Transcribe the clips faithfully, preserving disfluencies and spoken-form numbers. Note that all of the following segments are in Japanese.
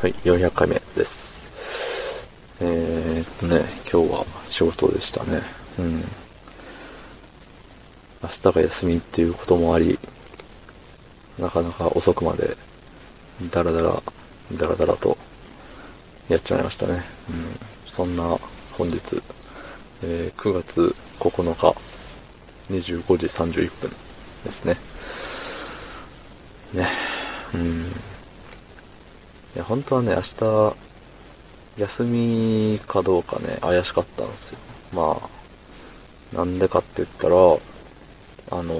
はい、よんひゃっかいめです。えーっとね、今日は仕事でしたね。うん。明日が休みっていうこともあり、なかなか遅くまで、だらだら、だらだらと、やっちまいましたね。うん。そんな、本日、えー、くがつここのか、にじゅうごじさんじゅういっぷんですね。ね。うん。いや、本当はね、明日、休みかどうかね、怪しかったんですよ。まあ、なんでかって言ったら、あの、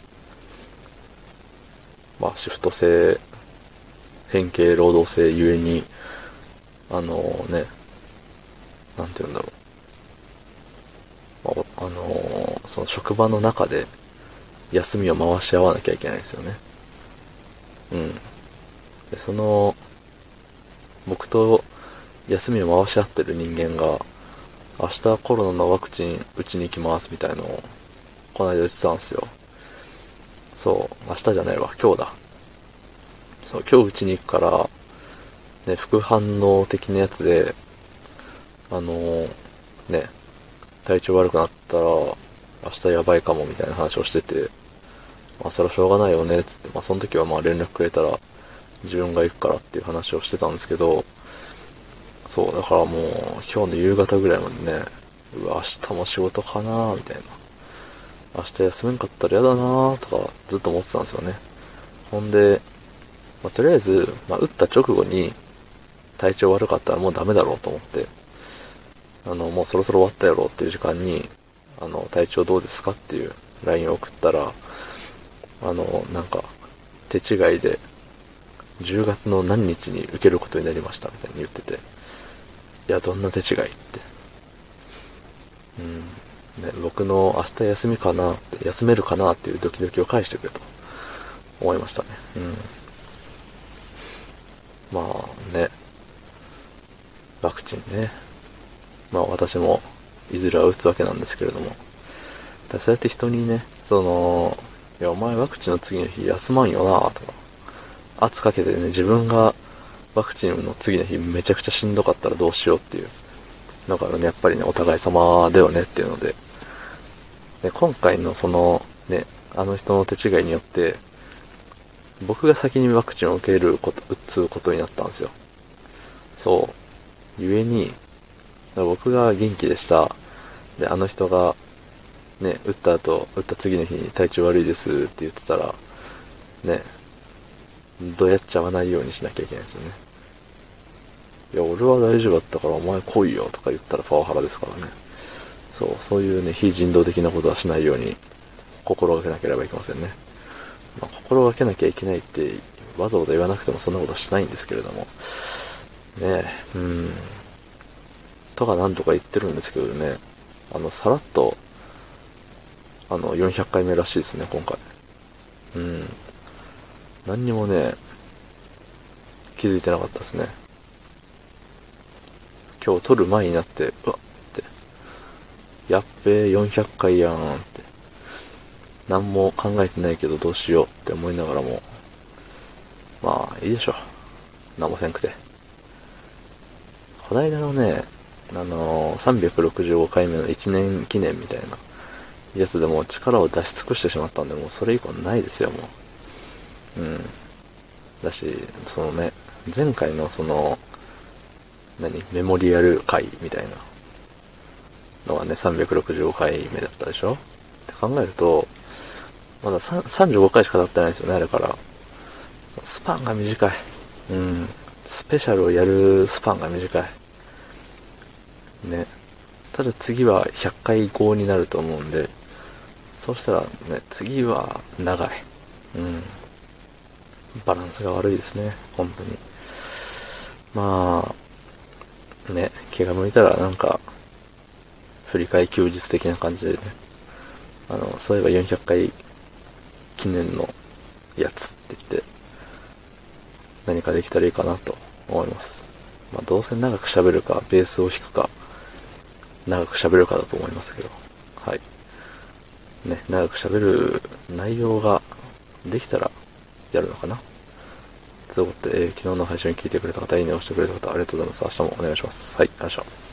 まあ、シフト制、変形労働制ゆえに、あのね、なんて言うんだろう。まあ、あの、その職場の中で休みを回し合わなきゃいけないんですよね。うん。で、その、僕と休みを回し合ってる人間が、明日コロナのワクチン打ちに行きますみたいのを、この間言ってたんですよ。そう、明日じゃないわ、今日だ。そう、今日打ちに行くから、ね、副反応的なやつで、あのー、ね、体調悪くなったら、明日やばいかもみたいな話をしてて、まあそれはしょうがないよね、つって、まあその時はまあ連絡くれたら、自分が行くからっていう話をしてたんですけど、そう、だからもう、今日の夕方ぐらいまでね、うわ、明日も仕事かなみたいな。明日休めんかったら嫌だなとか、ずっと思ってたんですよね。ほんで、まあ、とりあえず、まあ、打った直後に、体調悪かったらもうダメだろうと思って、あの、もうそろそろ終わったやろうっていう時間に、あの、体調どうですかっていう ライン を送ったら、あの、なんか、手違いで、じゅうがつの何日に受けることになりましたみたいに言ってて、いや、どんな手違いって。うん。ね、僕の明日休みかなって、休めるかなっていうドキドキを返してくれと思いましたね。うん。まあね、ワクチンね。まあ私もいずれは打つわけなんですけれども、だそうやって人にね、その、いやお前ワクチンの次の日休まんよなとか、圧かけてね、自分がワクチンの次の日めちゃくちゃしんどかったらどうしようっていう。だからね、やっぱりね、お互い様だよねっていうので、で、今回のその、ね、あの人の手違いによって、僕が先にワクチンを受けること、打つことになったんですよ。そう。ゆえに、僕が元気でした。で、あの人が、ね、打った後、打った次の日に体調悪いですって言ってたら、ね、どうやっちゃわないようにしなきゃいけないですよね。いや、俺は大丈夫だったからお前来いよとか言ったらパワハラですからね。そう、そういうね、非人道的なことはしないように心がけなければいけませんね。まあ、心がけなきゃいけないってわざわざ言わなくてもそんなことはしないんですけれども。ねえ、うん。とかなんとか言ってるんですけどね、あの、さらっと、あの、よんひゃっかいめらしいですね、今回。うん。何にもね、気づいてなかったですね。今日撮る前になって、うわって、やっべえ、よんひゃっかいやんって、何も考えてないけどどうしようって思いながらも、まあ、いいでしょ。何もせんくて。こないだのね、あのー、さんびゃくろくじゅうごかいめのいちねん記念みたいなやつでも力を出し尽くしてしまったんで、もうそれ以降ないですよ、もう。うん。だし、そのね、前回のその、何メモリアル回みたいなのがね、さんびゃくろくじゅうごかいめだったでしょって考えると、まださんじゅうごかいしか経ってないですよね、あれから。スパンが短い。うん。スペシャルをやるスパンが短い。ね。ただ次はひゃっかいごになると思うんで、そうしたらね、次は長い。うん。バランスが悪いですね、本当に。まあ、ね、気が向いたらなんか、振り替え休日的な感じでね、あの、そういえばよんひゃっかい記念のやつって言って、何かできたらいいかなと思います。まあ、どうせ長く喋るか、ベースを弾くか、長く喋るかだと思いますけど、はい。ね、長く喋る内容ができたらやるのかなっということで、えー昨日の配信を聞いてくれた方、いいねを押してくれた方、ありがとうございます。明日もお願いします。はい、ありがとうございました。